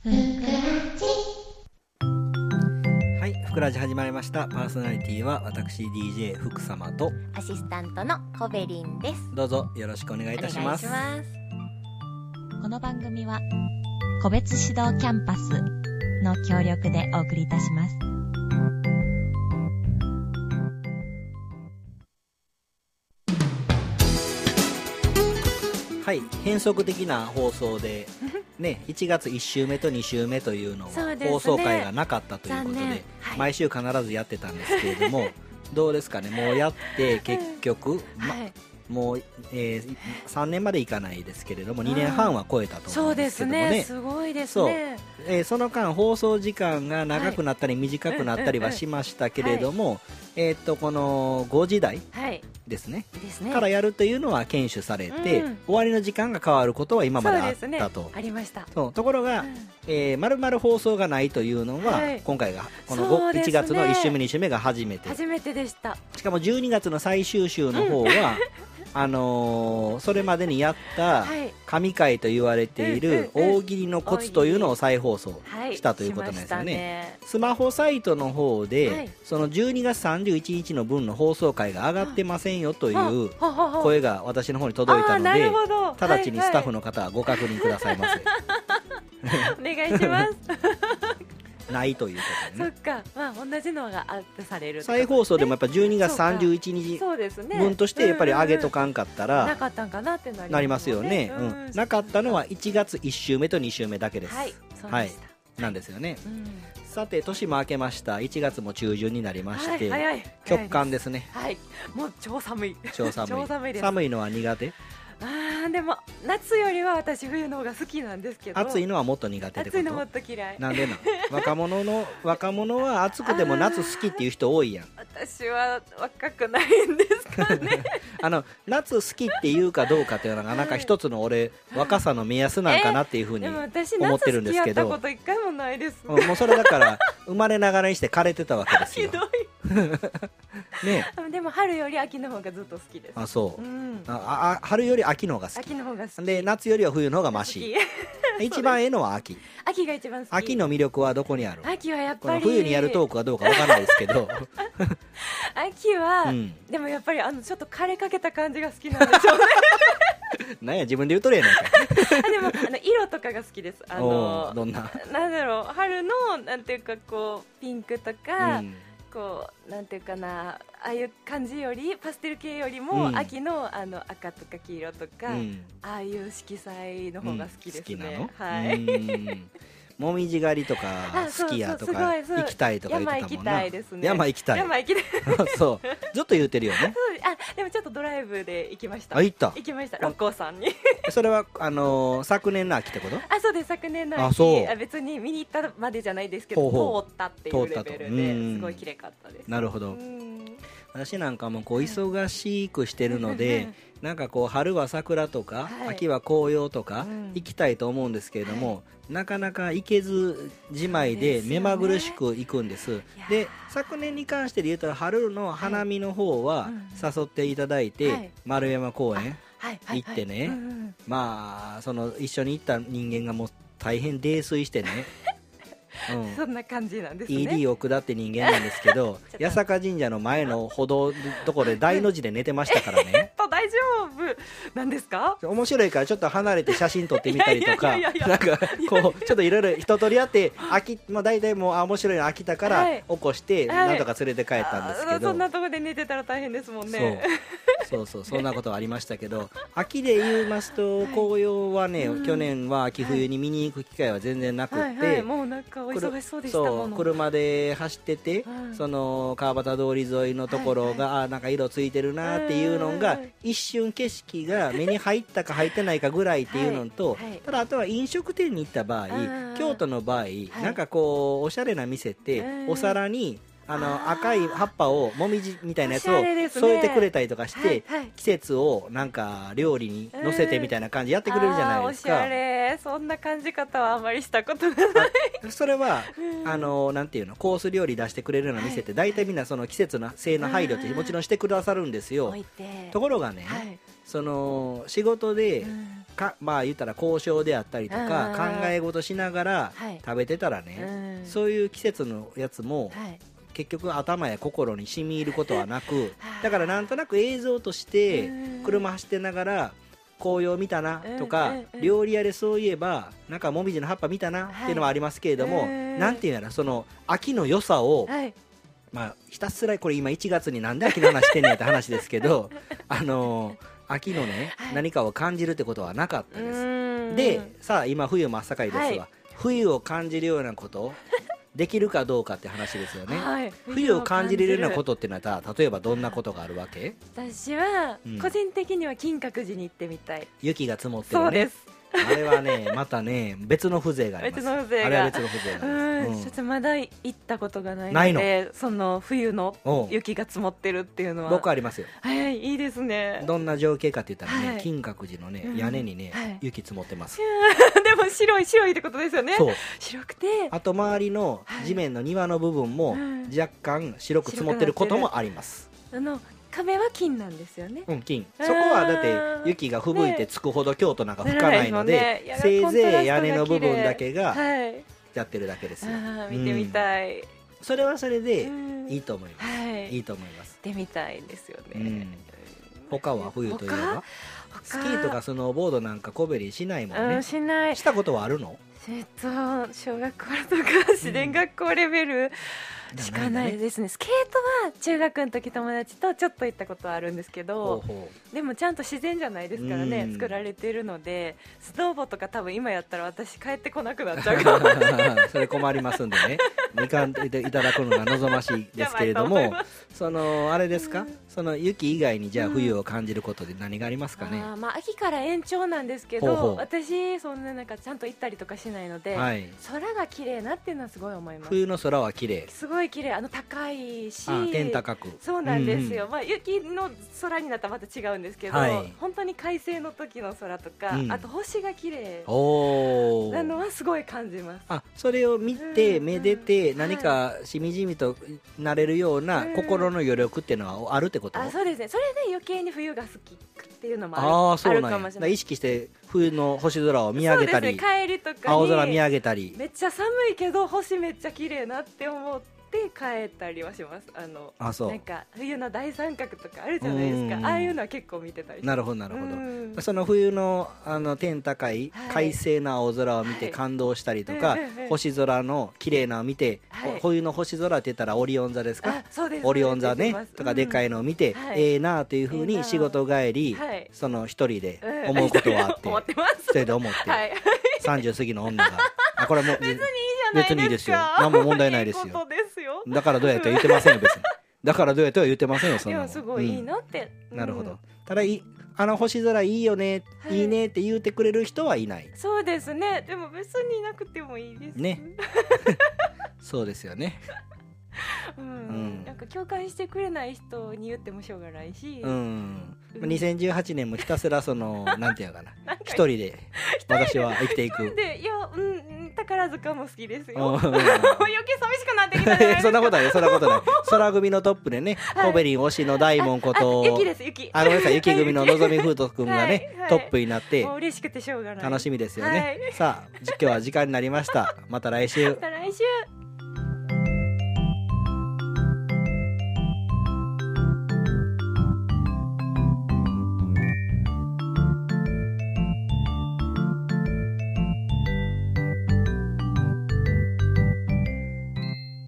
はい、ふくらじ始まりました。パーソナリティは私 DJ 福様とアシスタントのコベリンです。 どうぞよろしくお願いいたします。 この番組は個別指導キャンパスの協力でお送りいたします。 はい、変則的な放送でね、1月1週目と2週目というのは放送回がなかったということで、はい、毎週必ずやってたんですけれどもどうですかね、もうやって結局、もう、3年までいかないですけれども2年半は超えたと思うんですけどもね、 そうですね、すごいですね。 その間放送時間が長くなったり短くなったりはしましたけれども、この5時台ですね、からやるというのは堅守されて、終わりの時間が変わることは今まであったと。 ありました。 ところが、丸々放送がないというのは、今回がこの1月の1週目2週目が初めてでした。 しかも12月の最終週の方は、それまでにやった神回と言われている大喜利のコツというのを再放送したということなんですよね。スマホサイトの方で、その12月31日の分の放送回が上がってませんよという声が私の方に届いたので、直ちにスタッフの方はご確認くださいませ。 お願いしますないということでね。 そっか、まあ、同じのがアップされる、 再放送でもやっぱ12月31日分としてやっぱり上げとかんかったらなかったんかなってなりますよね。なかったのは1月1週目と2週目だけです。 はい、そうでした。 なんですよね。さて年も明けました。1月も中旬になりまして、 早い極寒ですね。 はい、もう超寒い。 超寒いです。寒いのは苦手？ でも夏よりは私冬の方が好きなんですけど、 暑いのはもっと苦手ってこと？ 暑いのもっと嫌い。 なんでなの？若者は暑くても夏好きっていう人多いやん。 私は若くないんですかね夏好きっていうかどうかっていうのがなんか一つの若さの目安なんかなっていうふうに思ってるんですけど、 でも私夏好きやったこと一回もないです。 もうそれだから生まれながらにして枯れてたわけですよ。 ひどいね、 でも春より秋の方がずっと好きです。 あ、そう、春より秋の方が好き。 秋の方が好きで、夏よりは冬の方がマシ。一番ええのは秋。 秋が一番好き。 秋の魅力はどこにある？ 秋はやっぱりこの冬にやるトークはどうかわからないですけど秋は、でもやっぱりちょっと枯れかけた感じが好きなんですよねなんや自分で言うとるやないかでも色とかが好きです。 どんななんだろう、春のなんていうかこうピンクとか、こうなんていうかな、ああいう感じよりパステル系よりも、秋の赤とか黄色とか、ああいう色彩の方が好きですね。 好きなの？ はい。 もみじ狩りとか好きやとか行きたいとか言ってたもんな。 山行きたいですね。 山行きたいそうずっと言ってるよね。 でもちょっとドライブで行きました。 行きました、六甲山にそれは昨年の秋ってこと？ そうです、昨年の秋。別に見に行ったまでじゃないですけど、通ったっていうレベルですごい綺麗かったです。 なるほど。私なんかもこう忙しくしてるのでなんかこう春は桜とか、秋は紅葉とか行きたいと思うんですけれども、なかなか行けずじまいで目まぐるしく行くんです。で、昨年に関してで言うと春の花見の方は誘っていただいて、丸山公園行ってね、まあその一緒に行った人間がもう大変泥酔してねそんな感じなんですね。 ED を下って人間なんですけど八坂神社の前の歩道のところで大の字で寝てましたからね大丈夫なんですか？ 面白いからちょっと離れて写真撮ってみたりとか、なんかこうちょっといろいろ一通りやって大体もう面白いの飽きたから起こしてなんとか連れて帰ったんですけど、 そんなとこで寝てたら大変ですもんね。 そうそんなことはありましたけど秋で言いますと紅葉はね、去年は秋冬に見に行く機会は全然なくって、 もうなんかお忙しそうでしたもの。 車で走ってて、その川端通り沿いのところが、なんか色ついてるなっていうのが、一瞬景色が目に入ったか入ってないかぐらいっていうのと、ただあとは飲食店に行った場合、京都の場合、なんかこうおしゃれな店ってお皿に赤い葉っぱをもみじみたいなやつを添えてくれたりとかして、季節をなんか料理に乗せてみたいな感じやってくれるじゃないですか。 おしゃれ。そんな感じ方はあまりしたことがないそれはなんていうの、コース料理出してくれるような店って大体みんなその季節の性の配慮ってもちろんしてくださるんですよ。ところがね、その仕事でまあ言ったら交渉であったりとか考え事しながら食べてたらね、そういう季節のやつも結局頭や心に染み入ることはなく、だからなんとなく映像として車走ってながら紅葉見たなとか、料理屋でそういえばなんかもみじの葉っぱ見たなっていうのはありますけれども、なんていうやらその秋の良さを、まあひたすらこれ今1月になんで秋の話してんねんって話ですけど秋のね、何かを感じるってことはなかったです。でさあ今冬真っ盛りですわ、冬を感じるようなことできるかどうかって話ですよね、冬を感じれるようなことってのは例えばどんなことがあるわけ？ 私は個人的には金閣寺に行ってみたい。 雪が積もってるね。 そうです。 あれはねまたね別の風情があります。あれは別の風情があります。 ちょっとまだ行ったことがないので、その冬の雪が積もってるっていうのは僕ありますよ。 いいですね。 どんな情景かって言ったらね、金閣寺のね屋根にね雪積もってます。 でも白いってことですよね。 そう、 白くて、 あと周りの地面の庭の部分も若干白く積もってることもあります。 壁は金なんですよね。 金。そこはだって雪が吹雪いてつくほど京都なんか吹かないので、せいぜい屋根の部分だけがやってるだけですよ。 見てみたい。 それはそれでいいと思います。いいと思います。 行ってみたいですよね。 他は冬といえばスキーとかスノーボードなんかコベリーしないもんね。 しない。 したことはあるの？ 小学校とか自然学校レベルしかないですね。スケートは中学の時友達とちょっと行ったことはあるんですけど、でもちゃんと自然じゃないですからね、作られているので、スノーボとか多分今やったら私帰ってこなくなっちゃうかもそれ困りますんでね、いかんいただくのが望ましいですけれどもあれですか、その雪以外にじゃあ冬を感じることで何がありますかね？ 秋から延長なんですけど、私そんななんかちゃんと行ったりとかしないので、空が綺麗なっていうのはすごい思います。 冬の空は綺麗、 すごい綺麗、高いし、 天高く。 そうなんですよ。雪の空になったらまた違うんですけど、本当に快晴の時の空とか、あと星が綺麗なのはすごい感じます。 それを見てめでて何かしみじみとなれるような心の余力っていうのはあるってこと？ そうですね。それで余計に冬が好きっていうのもあるかもしれない。 意識して冬の星空を見上げたり、 帰りとかに青空見上げたり、 めっちゃ寒いけど星めっちゃ綺麗なって思って帰ったりはします。なんか冬の大三角とかあるじゃないですか、ああいうのは結構見てたりします。 なるほどなるほど。その冬の天高い快晴な青空を見て感動したりとか、星空の綺麗なのを見て、冬の星空って言ったらオリオン座ですか？オリオン座ねとかでかいのを見て、ええなというふうに仕事帰りその一人で思うことはあって、一人で思って30過ぎの女がこれも別にいいじゃないですか。別にいいですよ。何も問題ないですよ。だからどうやって言ってませんよ別に。だからどうやっては言ってませんよそんなの。 いやすごいいいなって。 なるほど。ただ星空いいよね、いいねって言ってくれる人はいない。 そうですね。でも別にいなくてもいいですね。そうですよね。 なんか共感してくれない人に言ってもしょうがないし、 2018年もひたすらなんていうかな一人で私は生きていく。 いや宝塚も好きですよ。余計寂しくなってきたじゃないですか。 そんなことない、そんなことない。空組のトップでね、コベリン推しの大門こと雪です。雪。 ごめんなさい、雪組ののぞみふうとくんがねトップになって嬉しくてしょうがない。 楽しみですよね。さあ今日は時間になりました。また来週。 また来週。